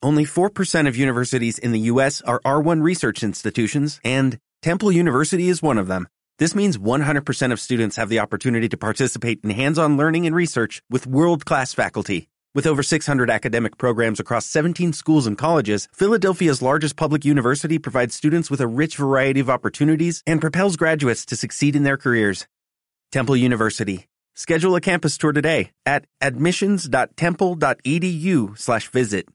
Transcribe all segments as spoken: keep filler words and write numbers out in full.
only four percent of universities in the U S are R one research institutions, and Temple University is one of them. This means one hundred percent of students have the opportunity to participate in hands-on learning and research with world-class faculty. With over six hundred academic programs across seventeen schools and colleges, Philadelphia's largest public university provides students with a rich variety of opportunities and propels graduates to succeed in their careers. Temple University. Schedule a campus tour today at admissions.temple.edu slash visit.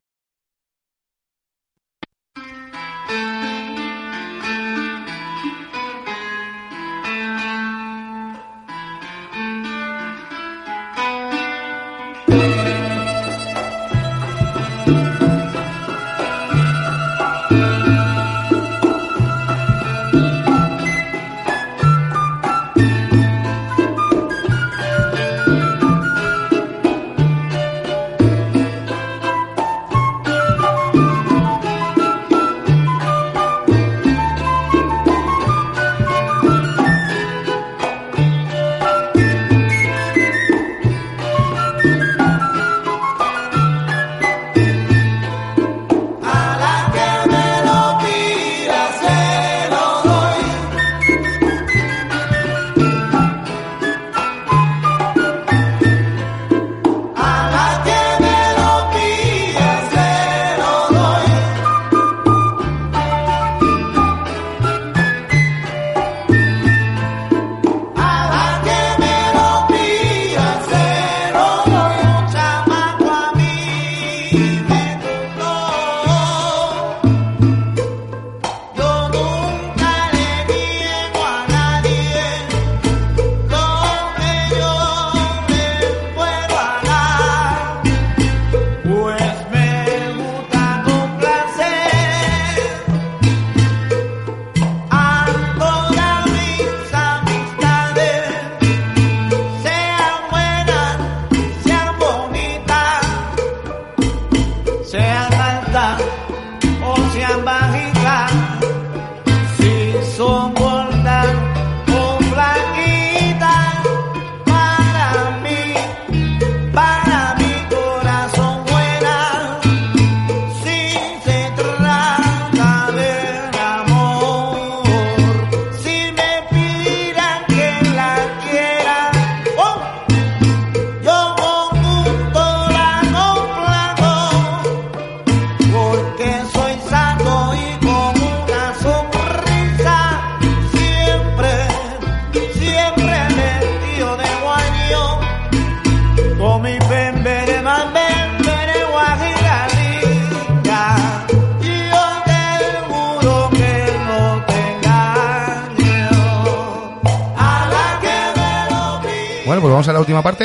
Bueno, pues vamos a la última parte,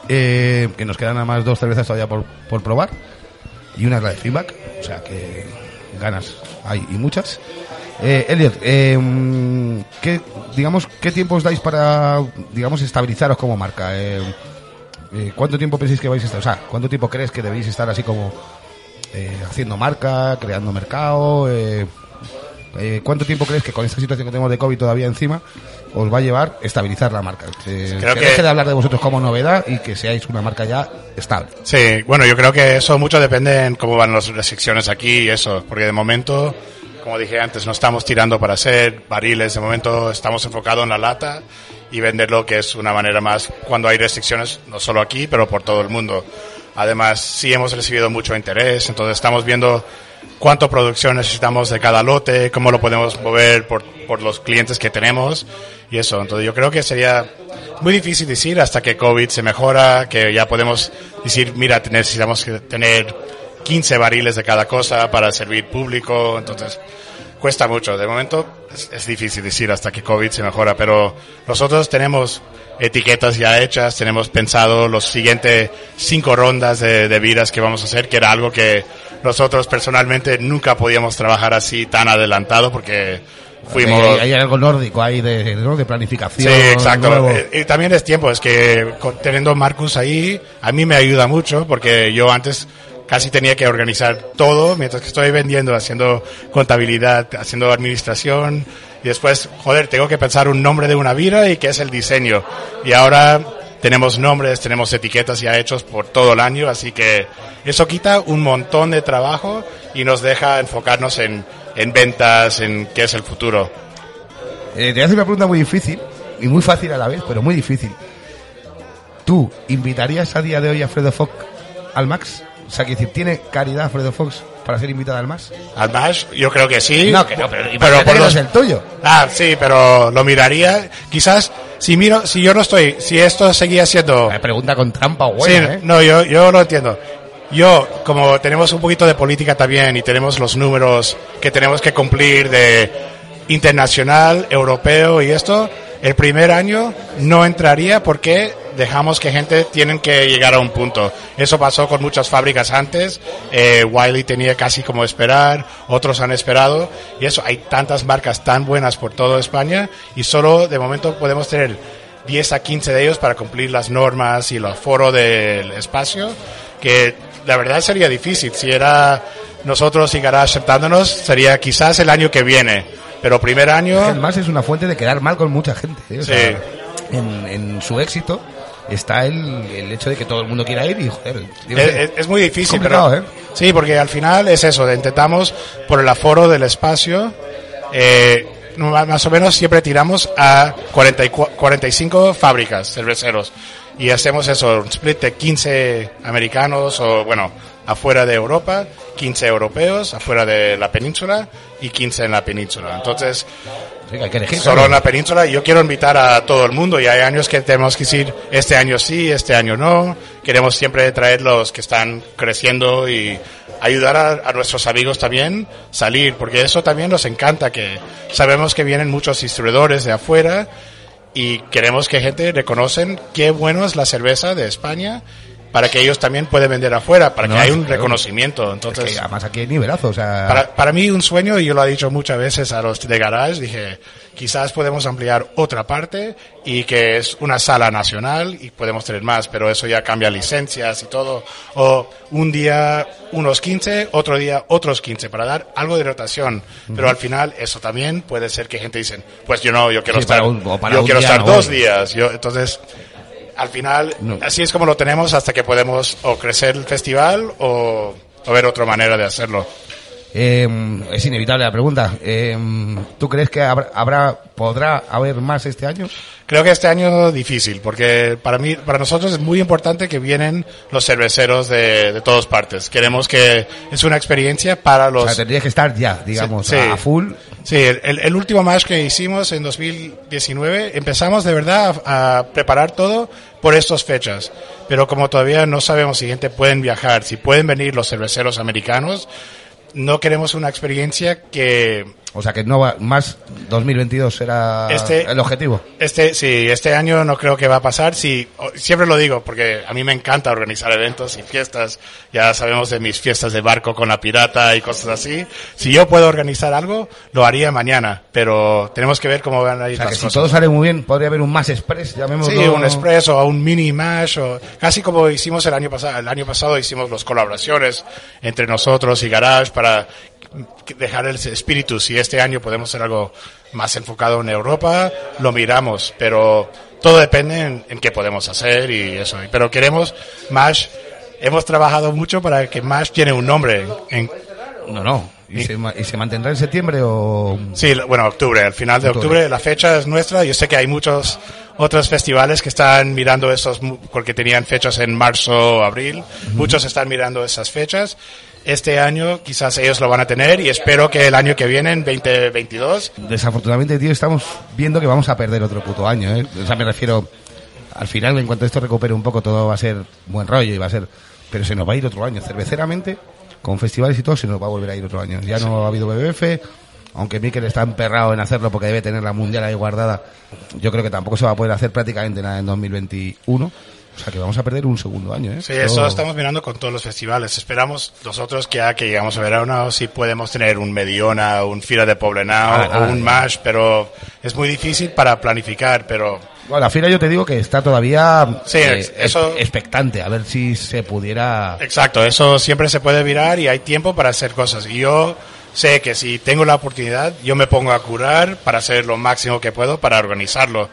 eh, que nos quedan nada más dos cervezas todavía por, por probar, y una es la de feedback, o sea que ganas hay y muchas. Eh, Elliot, eh, ¿qué, digamos, ¿qué tiempo os dais para, digamos, estabilizaros como marca? Eh, eh, ¿Cuánto tiempo pensáis que vais a estar? O sea, ¿cuánto tiempo crees que debéis estar así como eh, haciendo marca, creando mercado? Eh, eh, ¿Cuánto tiempo crees que con esta situación que tenemos de COVID todavía encima os va a llevar estabilizar la marca? Que, creo que que deje de hablar de vosotros como novedad y que seáis una marca ya estable. Sí, bueno, yo creo que eso mucho depende en cómo van las restricciones aquí y eso, porque de momento, como dije antes, no estamos tirando para hacer barriles, de momento estamos enfocados en la lata y venderlo, que es una manera más cuando hay restricciones, no solo aquí, pero por todo el mundo. Además, sí hemos recibido mucho interés, entonces estamos viendo cuánto producción necesitamos de cada lote, cómo lo podemos mover por, por los clientes que tenemos y eso. Entonces yo creo que sería muy difícil decir hasta que COVID se mejora, que ya podemos decir, mira, necesitamos tener quince barriles de cada cosa para servir público, entonces cuesta mucho. De momento es, es difícil decir hasta que COVID se mejora, pero nosotros tenemos etiquetas ya hechas, tenemos pensado los siguientes cinco rondas de, de vidas que vamos a hacer, que era algo que nosotros personalmente nunca podíamos trabajar así tan adelantado porque fuimos... Hay, hay algo nórdico ahí de, ¿no? de planificación. Sí, exacto. Y, y también es tiempo, es que con, teniendo Marcus ahí, a mí me ayuda mucho porque yo antes casi tenía que organizar todo, mientras que estoy vendiendo, haciendo contabilidad, haciendo administración, y después, joder, tengo que pensar un nombre de una vida y qué es el diseño. Y ahora tenemos nombres, tenemos etiquetas ya hechos por todo el año, así que eso quita un montón de trabajo y nos deja enfocarnos en, en ventas, en qué es el futuro. Eh, te voy a hacer una pregunta muy difícil y muy fácil a la vez, pero muy difícil. ¿Tú invitarías a día de hoy a Fredo Fox al Max? O sea, que decir, ¿tiene caridad Fredo Fox para ser invitado al Max? ¿Al Max? Yo creo que sí. No, que no, pero, pero por los... el tuyo. Ah, sí, pero lo miraría. Quizás, si miro, si yo no estoy, si esto seguía siendo... Me pregunta con trampa buena, sí, ¿eh? No, yo, yo lo entiendo. Yo, como tenemos un poquito de política también y tenemos los números que tenemos que cumplir de internacional, europeo y esto, el primer año no entraría porque dejamos que gente tienen que llegar a un punto. Eso pasó con muchas fábricas antes. Eh, Wiley tenía casi como esperar, otros han esperado y eso, hay tantas marcas tan buenas por toda España y solo de momento podemos tener diez a quince de ellos para cumplir las normas y el aforo del espacio, que la verdad sería difícil. Si era nosotros y Garage aceptándonos, sería quizás el año que viene. Pero primer año... El Max es una fuente de quedar mal con mucha gente, ¿eh? O sí. sea, en, en su éxito está el, el hecho de que todo el mundo quiera ir y, joder... Es, es, es muy difícil, pero... ¿eh? Sí, porque al final es eso, intentamos por el aforo del espacio, eh, más o menos siempre tiramos a cuarenta y cuarenta y cinco fábricas cerveceros. Y hacemos eso, un split de quince americanos o, bueno, afuera de Europa, quince europeos afuera de la península y quince en la península. Entonces, sí, hay que elegir, solo claro. en la península. Yo quiero invitar a todo el mundo y hay años que tenemos que decir, este año sí, este año no. Queremos siempre traer los que están creciendo y ayudar a, a nuestros amigos también salir, porque eso también nos encanta, que sabemos que vienen muchos distribuidores de afuera y queremos que gente reconocen qué bueno es la cerveza de España para que ellos también puedan vender afuera, para no, que haya un claro. reconocimiento. Entonces, es que además aquí hay nivelazo, o sea... Para, para mí un sueño, y yo lo he dicho muchas veces a los de Garage, dije, quizás podemos ampliar otra parte y que es una sala nacional y podemos tener más, pero eso ya cambia licencias y todo. O un día unos quince, otro día otros quince, para dar algo de rotación. Uh-huh. Pero al final eso también puede ser que gente dicen, pues yo no, yo quiero sí, estar, un, yo quiero estar no, dos voy. días. Yo, entonces... Al final, no. Así es como lo tenemos hasta que podemos o crecer el festival o, o ver otra manera de hacerlo. Eh, es inevitable la pregunta. Eh, ¿Tú crees que habrá, habrá, podrá haber más este año? Creo que este año difícil, porque para mí, para nosotros es muy importante que vienen los cerveceros de, de todas partes. Queremos que es una experiencia para los... O sea, tendría que estar ya, digamos, sí, a, a full. Sí, el, el último match que hicimos en dos mil diecinueve, empezamos de verdad a, a preparar todo por estas fechas. Pero como todavía no sabemos si gente pueden viajar, si pueden venir los cerveceros americanos, no queremos una experiencia que... O sea, que no va, más dos mil veintidós será este, el objetivo. Este, sí, este año no creo que va a pasar. Sí, siempre lo digo, porque a mí me encanta organizar eventos y fiestas. Ya sabemos de mis fiestas de barco con la pirata y cosas así. Si yo puedo organizar algo, lo haría mañana, pero tenemos que ver cómo van a ir o sea, las que cosas. Si todo sale muy bien, podría haber un Mash Express, llamémoslo. Sí, un Express o un Mini Mash, o casi como hicimos el año pasado. El año pasado hicimos las colaboraciones entre nosotros y Garage para dejar el espíritu. Si este año podemos hacer algo más enfocado en Europa, lo miramos, pero todo depende en, en qué podemos hacer y eso. Pero queremos Mash, hemos trabajado mucho para que Mash tiene un nombre. En, no, no. ¿Y, y, se, ¿Y se mantendrá en septiembre o...? Sí, bueno, octubre, al final de octubre. octubre. La fecha es nuestra. Yo sé que hay muchos otros festivales que están mirando esos, porque tenían fechas en marzo o abril. Uh-huh. Muchos están mirando esas fechas. Este año quizás ellos lo van a tener y espero que el año que viene, en veinte veintidós... Desafortunadamente, tío, estamos viendo que vamos a perder otro puto año, ¿eh? O sea, me refiero, al final, en cuanto esto recupere un poco, todo va a ser buen rollo y va a ser... Pero se nos va a ir otro año, cerveceramente, con festivales y todo, se nos va a volver a ir otro año. Ya sí. No ha habido B B F, aunque Mikel está emperrado en hacerlo porque debe tener la mundial ahí guardada. Yo creo que tampoco se va a poder hacer prácticamente nada en dos mil veintiuno. O sea que vamos a perder un segundo año, ¿eh? Sí, eso Pero... estamos mirando con todos los festivales. Esperamos nosotros que ya que llegamos a verano, si podemos tener un Mediona, un Fira de Poblenou ah, o ah, un Mash, pero es muy difícil para planificar, pero... Bueno, la Fira yo te digo que está todavía sí, eh, eso... expectante, a ver si se pudiera... Exacto, eso siempre se puede mirar y hay tiempo para hacer cosas. Y yo sé que si tengo la oportunidad, yo me pongo a curar para hacer lo máximo que puedo para organizarlo.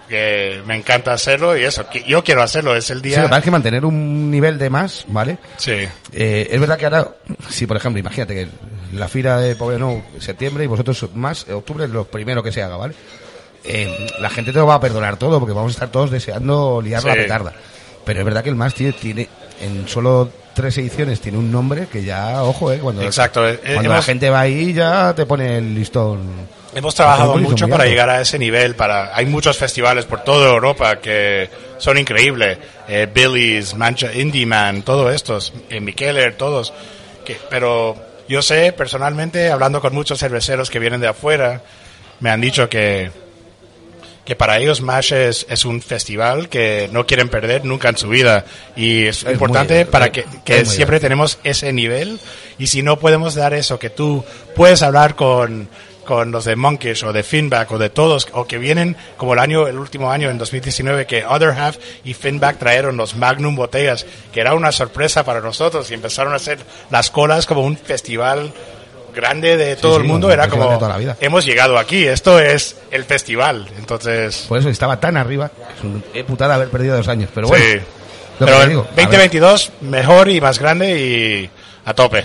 que me encanta hacerlo y eso, que yo quiero hacerlo, es el día... Sí, lo que pasa es que mantener un nivel de más, ¿vale? Sí. Eh, es verdad que ahora, si por ejemplo, imagínate que la fira de Poblenou septiembre y vosotros más, octubre es lo primero que se haga, ¿vale? Eh, la gente te lo va a perdonar todo porque vamos a estar todos deseando liar Sí. la petarda. Pero es verdad que el más, tío, tiene, en solo tres ediciones tiene un nombre que ya, ojo, eh, cuando, Exacto. cuando Hemos, la gente va ahí ya te pone el listón. hemos trabajado el listón mucho muy para alto. llegar a ese nivel. Para Hay muchos festivales por toda Europa que son increíbles. Eh, Billy's, Mancha, Indie Man, todos estos, eh, Mikeler, todos. Que, pero yo sé, personalmente, hablando con muchos cerveceros que vienen de afuera, me han dicho que que para ellos MASH es, es un festival que no quieren perder nunca en su vida y es, Es importante muy- para es- que, que es muy siempre bien. tenemos ese nivel y si no podemos dar eso, que tú puedes hablar con, con los de Monkish o de Finback o de todos o que vienen como el año, el último año en dos mil diecinueve que Other Half y Finback trajeron los Magnum botellas que era una sorpresa para nosotros y empezaron a hacer las colas como un festival grande de todo sí, el mundo, un era festival como de toda la vida. hemos llegado aquí, esto es el festival, entonces Por eso estaba tan arriba, que es una putada haber perdido dos años. Pero bueno, sí. lo Pero que te el digo, a ver. veinte veintidós mejor y más grande y a tope.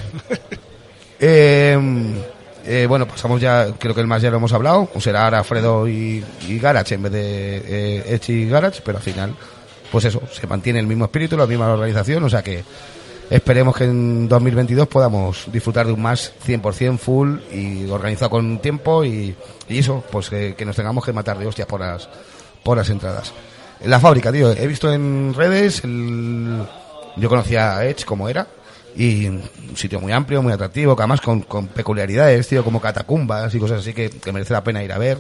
Eh, eh, bueno, pasamos ya, creo que el más ya lo hemos hablado, o será ahora Fredo y, y Garage en vez de eh, Edge y Garage, pero al final, pues eso, se mantiene el mismo espíritu, la misma organización, o sea que esperemos que en dos mil veintidós podamos disfrutar de un más cien por ciento full y organizado con tiempo y, y eso, pues que, que nos tengamos que matar de hostias por las, por las entradas. La fábrica, tío, he visto en redes, el, yo conocía a Edge como era, y un sitio muy amplio, muy atractivo, que además con, con peculiaridades, tío, como catacumbas y cosas así que, que merece la pena ir a ver.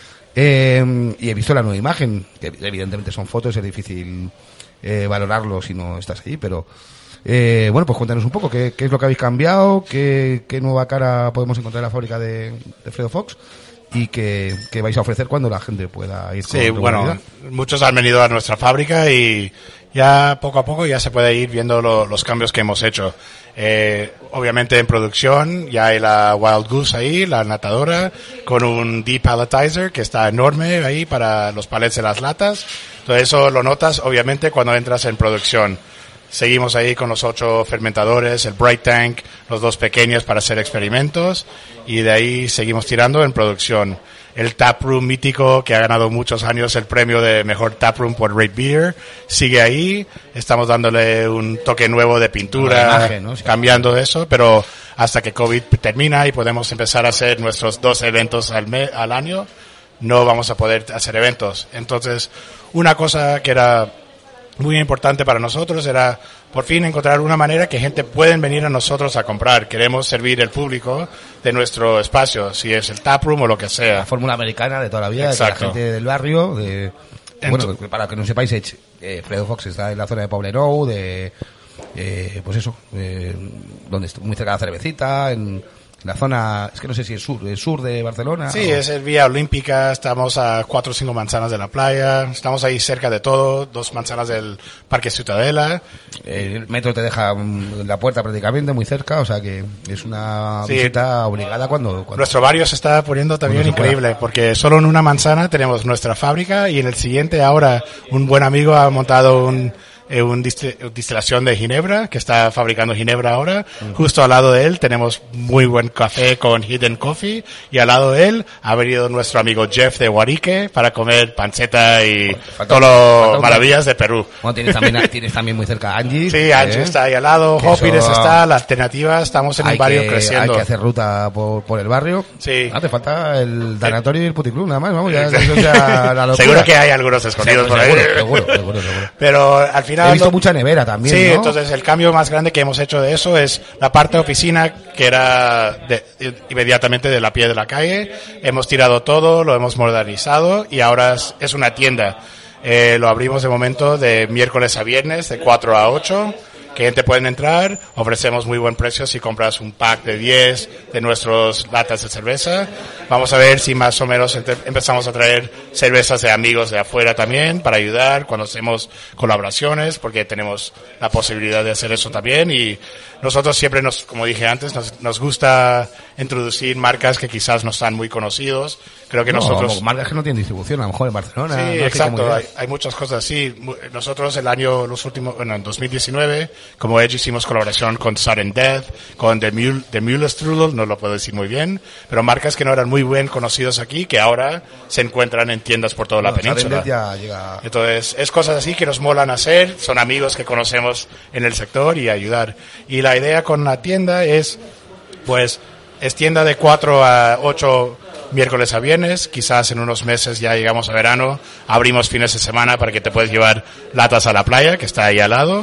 Eh, y he visto la nueva imagen, que evidentemente son fotos, es difícil eh, valorarlo si no estás allí, pero eh, bueno, pues cuéntanos un poco qué, qué es lo que habéis cambiado, qué, qué nueva cara podemos encontrar en la fábrica de, de Fredo Fox y qué, qué vais a ofrecer cuando la gente pueda ir con Sí, bueno, regularidad. muchos han venido a nuestra fábrica y ya poco a poco ya se puede ir viendo lo- los cambios que hemos hecho. Eh, obviamente en producción ya hay la Wild Goose ahí, la natadora, con un depalletizer que está enorme ahí para los palets de las latas. Entonces eso lo notas obviamente cuando entras en producción. Seguimos ahí con los ocho fermentadores, el Bright Tank, los dos pequeños para hacer experimentos y de ahí seguimos tirando en producción. El Taproom mítico que ha ganado muchos años el premio de mejor Taproom por Rate Beer sigue ahí. Estamos dándole un toque nuevo de pintura, Nueva imagen, ¿no? Sí. cambiando eso, pero hasta que COVID termina y podemos empezar a hacer nuestros dos eventos al, me- al año, no vamos a poder hacer eventos. Entonces, una cosa que era muy importante para nosotros era por fin encontrar una manera que gente pueden venir a nosotros a comprar. Queremos servir el público de nuestro espacio, si es el taproom o lo que sea. La fórmula americana de toda la vida, de que la Exacto. gente del barrio, de bueno, para que no sepáis, Edge, eh, Fredo Fox está en la zona de Poblenou, de eh, pues eso, eh, donde está muy cerca de la cervecita, en la zona, es que no sé si es sur, es sur de Barcelona. Sí, o- es el Vía Olímpica, estamos a cuatro o cinco manzanas de la playa, estamos ahí cerca de todo, dos manzanas del Parque Ciutadela. eh, el metro te deja mm, la puerta prácticamente muy cerca, o sea que es una Sí. visita obligada cuando, cuando Nuestro barrio se está poniendo también Cuando se pueda. increíble, porque solo en una manzana tenemos nuestra fábrica y en el siguiente ahora un buen amigo ha montado un, eh, un dist- destilación de ginebra, que está fabricando ginebra ahora. Justo al lado de él tenemos muy buen café con Hidden Coffee y al lado de él ha venido nuestro amigo Jeff de Guarique para comer panceta y falta- todo falta lo un- maravillas de Perú. Bueno, tienes también, tienes también muy cerca a Angie. Sí, Angie ¿eh? está ahí al lado, Que Hopines eso- está, la alternativa, estamos en hay un barrio que, creciendo. Hay que hacer ruta por, por el barrio. Sí. Ah, te falta el Danatorio y el Puticlub, nada más, vamos, ya, eso ya la locura. Seguro que hay algunos escondidos por ahí. seguro, seguro, seguro, seguro. Pero al final... He visto lo- mucha nevera también, Sí, ¿no? entonces el cambio más grande que hemos hecho de eso es la parte de oficina que era de- inmediatamente de la pie de la calle. Hemos tirado todo, lo hemos modernizado y ahora es, es una tienda. Eh, lo abrimos de momento de miércoles a viernes, de cuatro a ocho. Que gente pueden entrar, ofrecemos muy buen precio si compras un pack de diez de nuestros latas de cerveza. Vamos a ver si más o menos ente- empezamos a traer cervezas de amigos de afuera también para ayudar cuando hacemos colaboraciones, porque tenemos la posibilidad de hacer eso también. Y nosotros siempre nos, como dije antes, nos, nos gusta introducir marcas que quizás no están muy conocidos, Creo que no, nosotros... marcas que no tienen distribución, a lo mejor en Barcelona. Sí, no exacto, hay, hay muchas cosas así. Nosotros el año, los últimos, bueno, en dos mil diecinueve, como Edge hicimos colaboración con Sudden Death, con The Mule, The Mule Strudel, no lo puedo decir muy bien, pero marcas que no eran muy bien conocidos aquí, que ahora se encuentran en tiendas por toda no, la península. Ya llega... Entonces, es cosas así que nos molan hacer, son amigos que conocemos en el sector y ayudar. Y la idea con la tienda es, pues, es tienda de cuatro a ocho miércoles a viernes, quizás en unos meses ya llegamos a verano, abrimos fines de semana para que te puedas llevar latas a la playa, que está ahí al lado,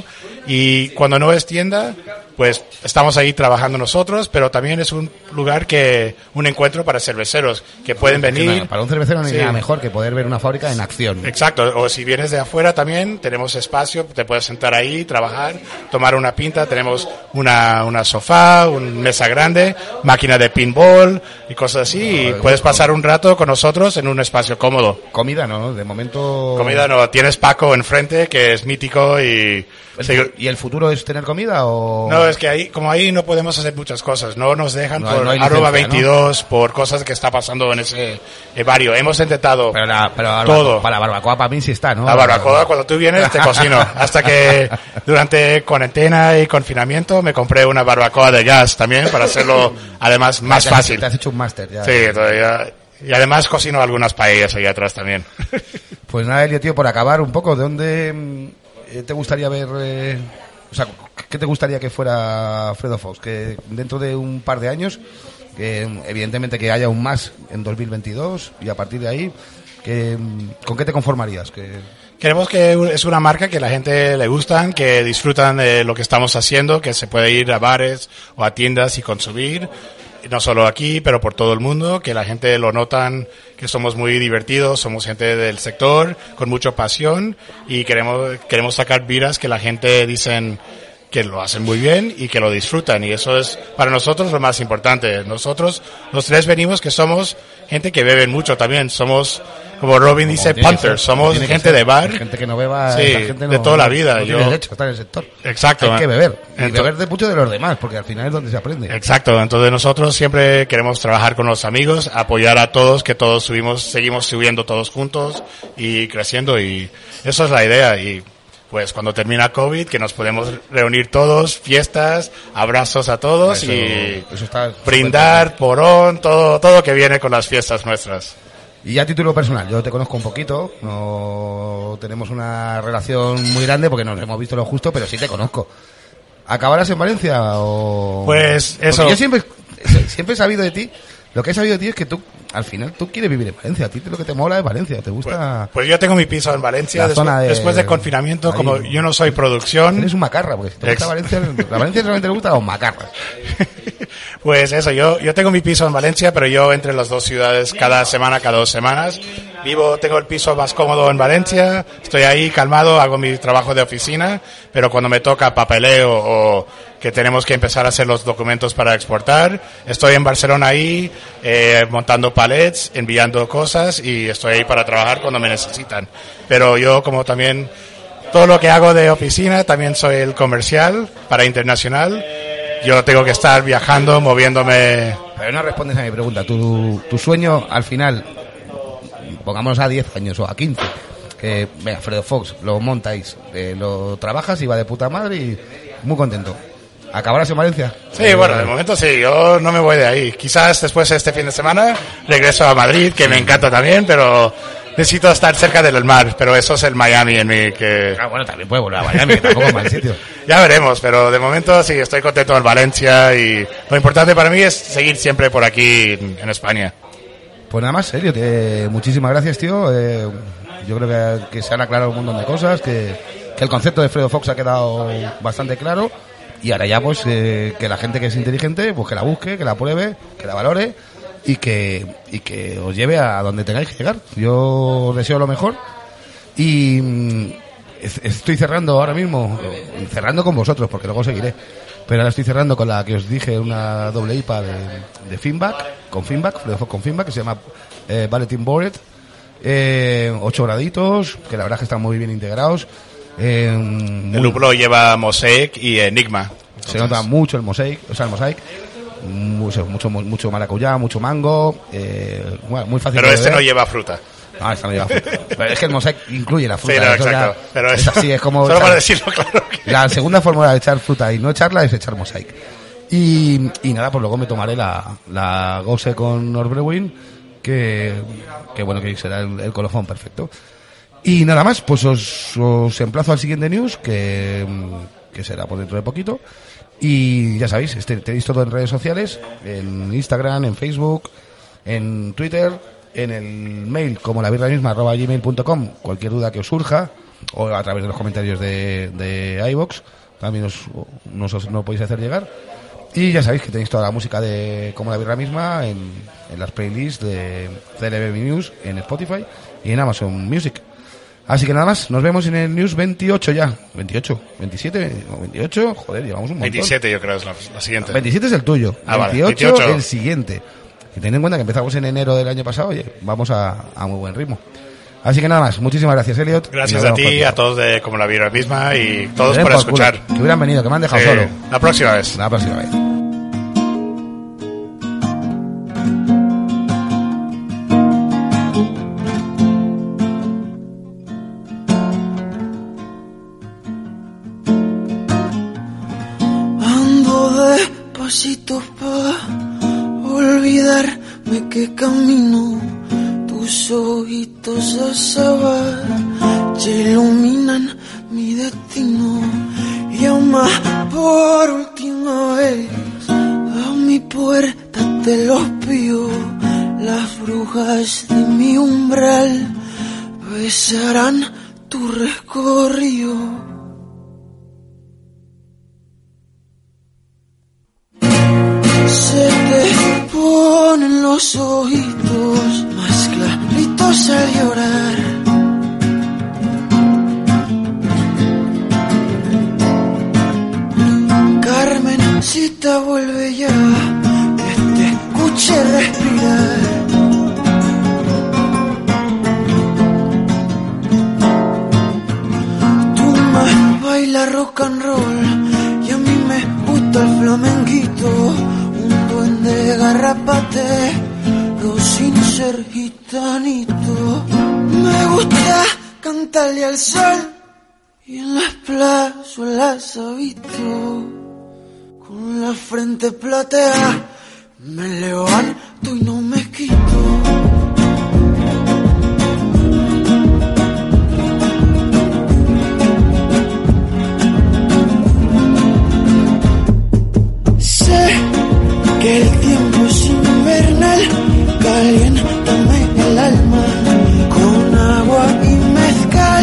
y cuando no es tienda, pues estamos ahí trabajando nosotros, pero también es un lugar que, un encuentro para cerveceros, que pueden venir. Para un cervecero no hay sí. nada mejor que poder ver una fábrica en acción. Exacto, o si vienes de afuera también, tenemos espacio, te puedes sentar ahí, trabajar, tomar una pinta, tenemos una, una sofá, una mesa grande, máquina de pinball y cosas así, y puedes pasar un rato con nosotros en un espacio cómodo. Comida no, de momento... Comida no, tienes Paco enfrente, que es mítico y... ¿El, ¿Y el futuro es tener comida o...? No, es que ahí, como ahí no podemos hacer muchas cosas, no nos dejan no, por no arroba veintidós, ¿no? Por cosas que está pasando en ese barrio. Hemos intentado pero la, pero la todo. Para la barbacoa para mí sí está, ¿no? La barbacoa, cuando tú vienes, te cocino. Hasta que durante cuarentena y confinamiento me compré una barbacoa de gas también para hacerlo, además, más te fácil. Has, te has hecho un máster ya. Sí, todavía. Y además cocino algunas paellas ahí atrás también. Pues nada, Elio, tío, por acabar un poco, ¿de dónde eh, te gustaría ver... Eh, o sea, ¿qué te gustaría que fuera Fredo Fox? Que dentro de un par de años, que evidentemente que haya un más en dos mil veintidós y a partir de ahí, que, ¿con qué te conformarías? Que... Queremos que es una marca que la gente le gustan, que disfrutan de lo que estamos haciendo, que se puede ir a bares o a tiendas y consumir, no solo aquí, pero por todo el mundo, que la gente lo notan, que somos muy divertidos, somos gente del sector, con mucha pasión, y queremos, queremos sacar vidas que la gente dicen que lo hacen muy bien y que lo disfrutan, y eso es para nosotros lo más importante. Nosotros, los tres venimos que somos gente que bebe mucho también, somos, como Robin dice, punters, somos gente de bar. Gente que no beba, sí, gente no, de toda la vida. No Yo, tiene derecho a estar en el sector. Exacto. Hay que beber, y Entonces, beber de mucho de los demás, porque al final es donde se aprende. Exacto, entonces nosotros siempre queremos trabajar con los amigos, apoyar a todos, que todos subimos, seguimos subiendo todos juntos y creciendo, y eso es la idea. Y pues cuando termina COVID, que nos podemos reunir todos, fiestas, abrazos a todos eso, y eso está brindar, porón, todo, todo que viene con las fiestas nuestras. Y a título personal, yo te conozco un poquito, no tenemos una relación muy grande porque no nos hemos visto lo justo, pero sí te conozco. ¿Acabarás en Valencia o...? Pues eso. Porque yo siempre, siempre he sabido de ti, lo que he sabido de ti es que tú, al final, tú quieres vivir en Valencia. A ti lo que te mola es Valencia, te gusta... Pues, pues yo tengo mi piso en Valencia, la después, zona de, después de confinamiento, ahí, como yo no soy producción... Eres un macarra, porque si te gusta Ex- Valencia, la Valencia solamente le gusta a los macarras. Pues eso, yo, yo tengo mi piso en Valencia, pero yo entre las dos ciudades cada semana, cada dos semanas. Vivo, tengo el piso más cómodo en Valencia, estoy ahí calmado, hago mi trabajo de oficina, pero cuando me toca papeleo o que tenemos que empezar a hacer los documentos para exportar, estoy en Barcelona ahí, eh, montando palets, enviando cosas y estoy ahí para trabajar cuando me necesitan. Pero yo como también, todo lo que hago de oficina, también soy el comercial para internacional. Yo tengo que estar viajando, moviéndome. Pero no respondes a mi pregunta. Tu, tu sueño, al final, pongámonos a diez años o a quince, que, venga, Fredo Fox, lo montáis, eh, lo trabajas y va de puta madre y muy contento. ¿Acabarás en Valencia? Sí, eh, bueno, de momento sí, yo no me voy de ahí. Quizás después de este fin de semana regreso a Madrid, que me encanta también, pero necesito estar cerca del mar, pero eso es el Miami en mí que... Ah, bueno, también puedo volver a Miami, que tampoco es mal sitio. Ya veremos, pero de momento sí, estoy contento en Valencia y lo importante para mí es seguir siempre por aquí en, en España. Pues nada más, serio, te, muchísimas gracias, tío. Eh, yo creo que, que se han aclarado un montón de cosas, que, que el concepto de Fredo Fox ha quedado bastante claro y ahora ya pues eh, que la gente que es inteligente, pues que la busque, que la pruebe, que la valore y que, y que os lleve a donde tengáis que llegar. Yo os deseo lo mejor y mm, estoy cerrando ahora mismo, cerrando con vosotros porque luego seguiré, pero ahora estoy cerrando con la que os dije, una doble I P A de, de Finback, con Finback, Fredo Fox con Finback, que se llama eh, Bulletin Board, eh, ocho graditos, que la verdad es que están muy bien integrados. Eh, el lúpulo lleva Mosaic y Enigma. Se nota mucho el Mosaic, o sea, el Mosaic. mucho, mucho, mucho maracuyá, mucho mango, eh, bueno, muy fácil. Pero de este beber. no lleva fruta. Ah, esta no lleva fruta. Pero es que el Mosaic incluye la fruta. Sí, no, eso exacto. ya, Pero es eso, así, es como... solo echar, para decirlo claro. Que... La segunda fórmula de echar fruta y no echarla es echar Mosaic. Y, y nada, pues luego me tomaré la, la Gose con Norbrewing, que, que bueno, que será el, el colofón perfecto. Y nada más, pues os, os emplazo al siguiente news, que, que será por dentro de poquito. Y ya sabéis, este, tenéis todo en redes sociales, en Instagram, en Facebook, en Twitter, en el mail como la birra misma arroba gmail punto com, cualquier duda que os surja, o a través de los comentarios de, de iVoox, también os, nos, os no podéis hacer llegar. Y ya sabéis que tenéis toda la música de como la birra misma en, en las playlists de C L B News, en Spotify y en Amazon Music. Así que nada más, nos vemos en el News veintiocho ya. ¿veintiocho? ¿veintisiete? ¿O veintiocho? Joder, llevamos un montón. veintisiete yo creo es la, la siguiente. veintisiete es el tuyo. Ah, vale. veintiocho, veintiocho el siguiente. Y ten en cuenta que empezamos en enero del año pasado, oye, vamos a, a muy buen ritmo. Así que nada más, muchísimas gracias, Elliot. Gracias a ti, a todos de Como la Birra Misma y todos por, por escuchar. Culo, que hubieran venido, que me han dejado sí, solo. La próxima vez. La próxima vez. Pasitos pa' olvidarme que camino, tus ojitos azabache iluminan mi destino. Llama por última vez a mi puerta, te los pido. Las brujas de mi umbral besarán tu recorrido. Se te ponen los ojitos más claritos al llorar. Carmencita, vuelve ya, que te escuche respirar. Tú más bailas rock and roll y a mí me gusta el flamenquito. De garrapate, yo sin ser gitanito. Me gusta cantarle al sol y en las plazuelas habito. Con la frente platea me levanto y no me quito. Que el tiempo es invernal, caliéntame el alma con agua y mezcal.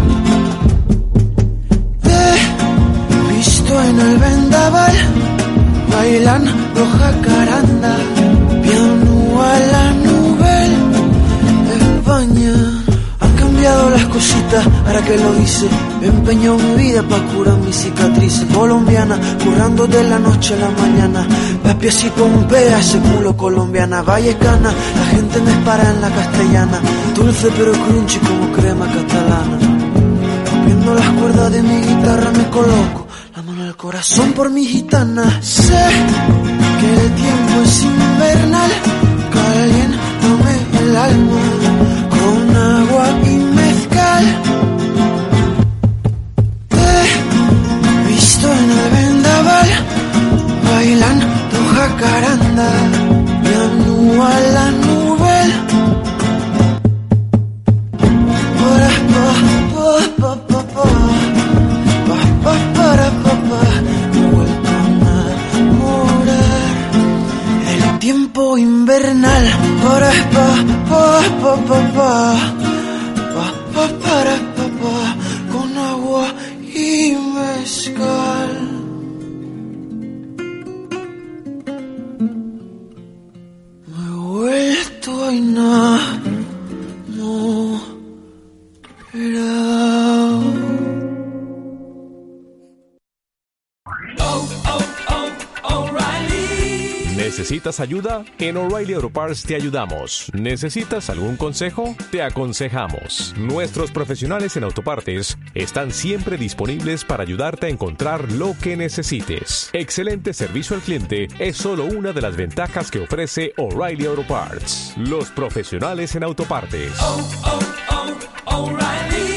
Te he visto en el vendaval, bailando jacaranda, piano a la nube. España han cambiado las cositas, ahora que lo hice, empeñó mi vida pa' curar mis cicatrices. Colombiana, currando de la noche a la mañana, papi así Pompea, ese culo colombiana. Vallecana, la gente me espera en la castellana, dulce pero crunchy como crema catalana. Rompiendo las cuerdas de mi guitarra me coloco la mano al corazón por mi gitana. Sé que el tiempo es invernal, caliéntame el alma con agua y mezcal. Te he visto en el vendaval, bailando jacaranda, piano a la nube. Para pa pa pa pa pa pa para pa pa, me he vuelto a enamorar. El tiempo invernal, para pa pa pa pa pa pa pa para pa pa, con agua y mezcal. Estoy no, no, pero... ¿Necesitas ayuda? En O'Reilly Auto Parts te ayudamos. ¿Necesitas algún consejo? Te aconsejamos. Nuestros profesionales en autopartes están siempre disponibles para ayudarte a encontrar lo que necesites. Excelente servicio al cliente es solo una de las ventajas que ofrece O'Reilly Auto Parts. Los profesionales en autopartes. Oh, oh, oh, O'Reilly.